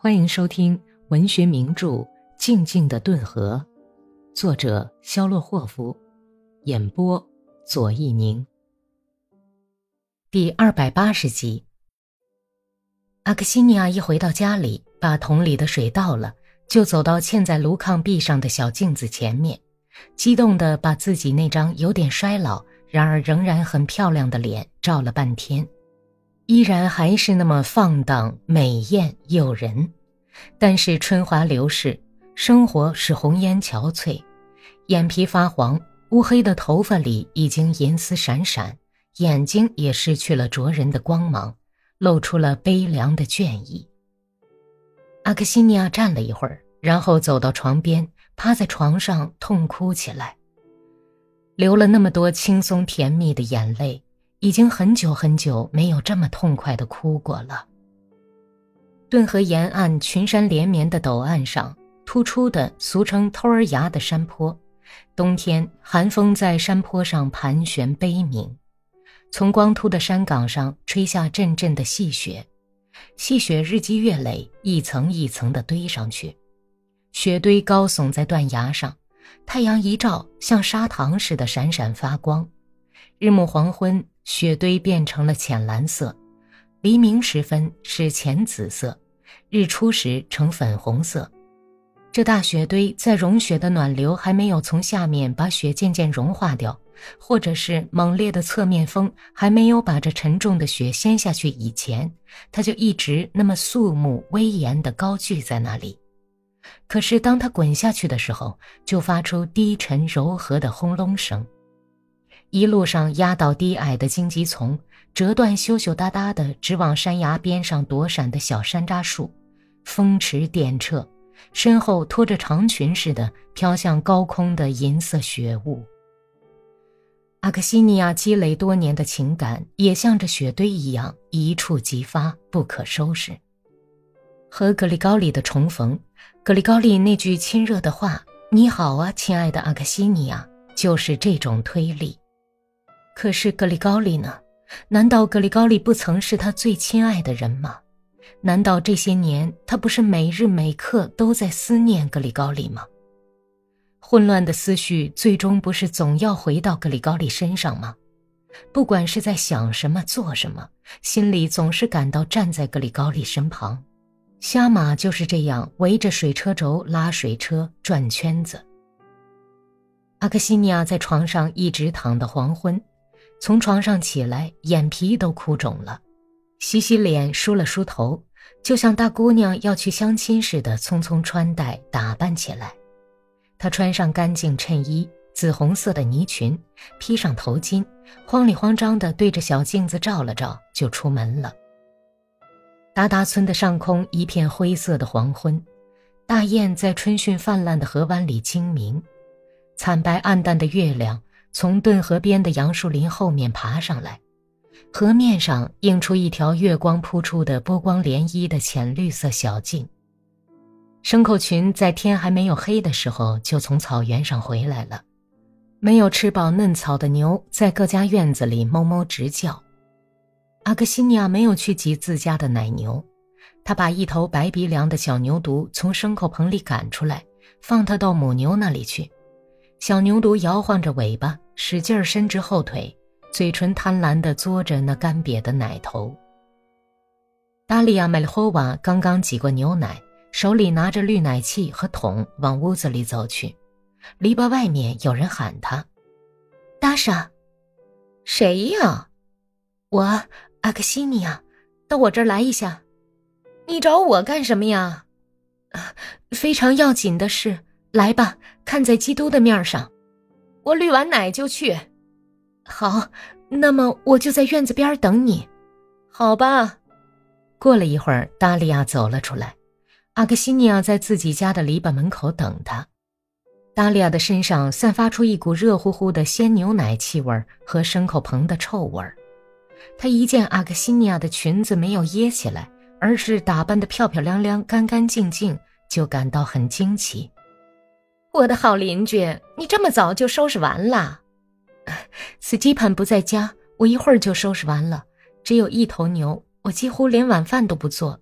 欢迎收听文学名著《静静的顿河》，作者肖洛霍夫，演播左一宁。第280集。阿克西尼亚一回到家里，把桶里的水倒了，就走到嵌在炉炕壁上的小镜子前面，激动地把自己那张有点衰老，然而仍然很漂亮的脸照了半天，依然还是那么放荡、美艳、诱人。但是春华流逝，生活是红颜憔悴，眼皮发黄，乌黑的头发里已经银丝闪闪，眼睛也失去了灼人的光芒，露出了悲凉的倦意。阿克西尼亚站了一会儿，然后走到床边，趴在床上痛哭起来。流了那么多轻松甜蜜的眼泪，已经很久很久没有这么痛快地哭过了。顿河沿岸群山连绵的陡岸上，突出的俗称偷儿崖的山坡，冬天寒风在山坡上盘旋悲鸣，从光秃的山岗上吹下阵阵的细雪，细雪日积月累，一层一层地堆上去，雪堆高耸在断崖上，太阳一照，像砂糖似的闪闪发光。日暮黄昏，雪堆变成了浅蓝色，黎明时分是浅紫色，日出时呈粉红色。这大雪堆在融雪的暖流还没有从下面把雪渐渐融化掉，或者是猛烈的侧面风还没有把这沉重的雪掀下去以前，它就一直那么肃穆威严地高踞在那里。可是当它滚下去的时候，就发出低沉柔和的轰隆声。一路上压倒低矮的荆棘丛，折断羞羞答答的直往山崖边上躲闪的小山楂树，风驰电掣，身后拖着长裙似的飘向高空的银色雪雾。阿克西尼亚积累多年的情感也像这雪堆一样一触即发，不可收拾。和格里高利的重逢，格里高利那句亲热的话，你好啊，亲爱的阿克西尼亚，就是这种推力。可是格里高利呢？难道格里高利不曾是他最亲爱的人吗？难道这些年他不是每日每刻都在思念格里高利吗？混乱的思绪最终不是总要回到格里高利身上吗？不管是在想什么做什么，心里总是感到站在格里高利身旁。瞎马就是这样围着水车轴拉水车转圈子。阿克西尼亚在床上一直躺到黄昏，从床上起来，眼皮都哭肿了，洗洗脸，梳了梳头，就像大姑娘要去相亲似的，匆匆穿戴打扮起来。她穿上干净衬衣，紫红色的呢裙，披上头巾，慌里慌张地对着小镜子照了照，就出门了。达达村的上空一片灰色的黄昏，大雁在春汛泛滥的河湾里精鸣，惨白暗淡的月亮从顿河边的杨树林后面爬上来，河面上映出一条月光铺出的波光涟漪的浅绿色小径。牲口群在天还没有黑的时候就从草原上回来了，没有吃饱嫩草的牛在各家院子里哞哞直叫。阿克西尼亚没有去挤自家的奶牛，他把一头白鼻梁的小牛犊从牲口棚里赶出来，放它到母牛那里去。小牛犊摇晃着尾巴，使劲伸直后腿，嘴唇贪婪地嘬着那干瘪的奶头。达利亚·梅利霍瓦刚刚挤过牛奶，手里拿着滤奶器和桶往屋子里走去。篱笆外面有人喊他：达莎。谁呀？我，阿克西尼亚，到我这儿来一下。你找我干什么呀？非常要紧的事，来吧，看在基督的面上。我滤完奶就去。好，那么我就在院子边等你。好吧。过了一会儿，达利亚走了出来，阿克西尼亚在自己家的篱笆门口等他。达利亚的身上散发出一股热乎乎的鲜牛奶气味和牲口棚的臭味。他一见阿克西尼亚的裙子没有掖起来，而是打扮得漂漂亮亮干干净净，就感到很惊奇。我的好邻居，你这么早就收拾完了？斯基潘不在家，我一会儿就收拾完了，只有一头牛，我几乎连晚饭都不做，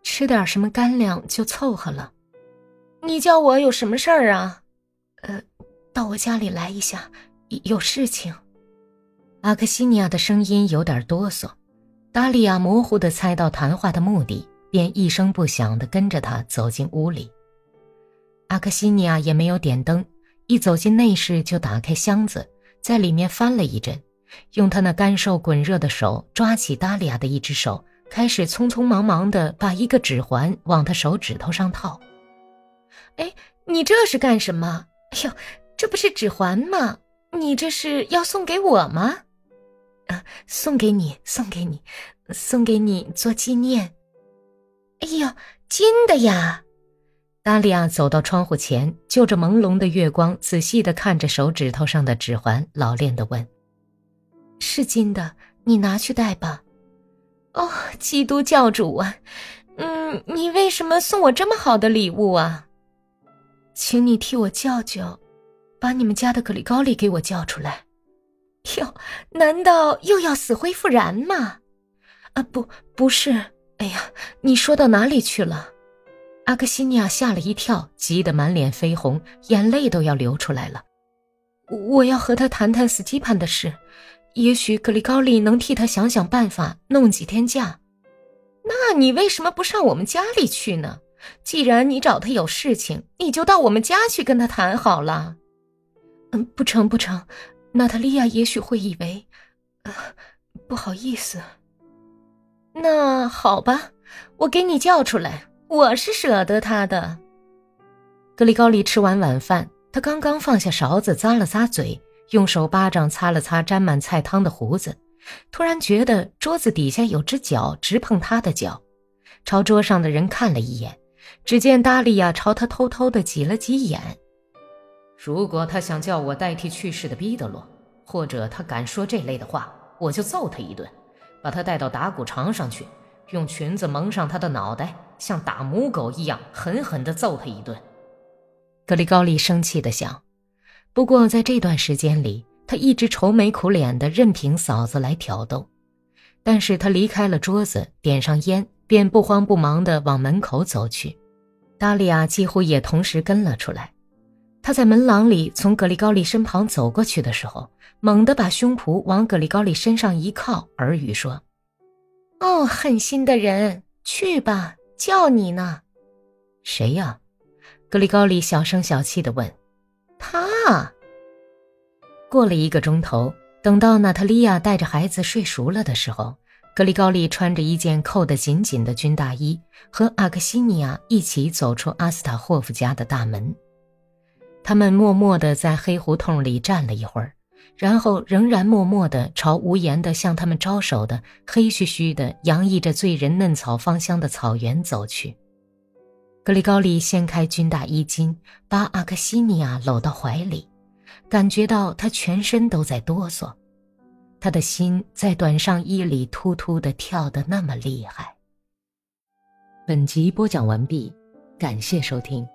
吃点什么干粮就凑合了。你叫我有什么事儿啊？到我家里来一下，有事情。阿克西尼亚的声音有点哆嗦，达利亚模糊地猜到谈话的目的，便一声不响地跟着他走进屋里。阿克西尼亚也没有点灯，一走进内室就打开箱子，在里面翻了一阵，用他那干瘦滚热的手抓起达利亚的一只手，开始匆匆忙忙地把一个指环往他手指头上套。你这是干什么？哎呦，这不是指环吗？你这是要送给我吗？送给你做纪念。哎呦，金的呀！达利亚走到窗户前，就着朦胧的月光仔细地看着手指头上的指环，老练地问：是金的，你拿去戴吧。哦，基督教主啊，你为什么送我这么好的礼物啊？请你替我叫叫，把你们家的格里高利给我叫出来。哟，难道又要死灰复燃吗？不是。哎呀，你说到哪里去了？阿克西尼亚吓了一跳，急得满脸绯红，眼泪都要流出来了。我要和他谈谈斯基潘的事，也许格里高利能替他想想办法，弄几天假。那你为什么不上我们家里去呢？既然你找他有事情，你就到我们家去跟他谈好了。不成，娜塔莉亚也许会以为，不好意思。那好吧，我给你叫出来，我是舍得他的。格里高利吃完晚饭，他刚刚放下勺子，咂了咂嘴，用手巴掌擦了擦沾满菜汤的胡子，突然觉得桌子底下有只脚直碰他的脚，朝桌上的人看了一眼，只见达利亚朝他偷偷地挤了挤眼。如果他想叫我代替去世的彼得罗，或者他敢说这类的话，我就揍他一顿，把他带到打谷场上去，用裙子蒙上他的脑袋，像打母狗一样狠狠地揍他一顿。格里高利生气地想，不过在这段时间里，他一直愁眉苦脸的任凭嫂子来挑逗。但是他离开了桌子，点上烟，便不慌不忙地往门口走去。达利亚几乎也同时跟了出来。他在门廊里从格里高利身旁走过去的时候，猛地把胸脯往格里高利身上一靠，耳语说：哦，狠心的人，去吧，叫你呢。谁呀？格里高利小声小气地问。他。过了1个钟头，等到娜塔莉亚带着孩子睡熟了的时候，格里高利穿着一件扣得紧紧的军大衣，和阿克西尼亚一起走出阿斯塔霍夫家的大门。他们默默地在黑胡同里站了一会儿，然后仍然默默地朝无言地向他们招手的黑黢黢的洋溢着醉人嫩草芳香的草原走去。格里高利掀开军大衣襟，把阿克西尼亚搂到怀里，感觉到他全身都在哆嗦，他的心在短上衣里突突地跳得那么厉害。本集播讲完毕，感谢收听。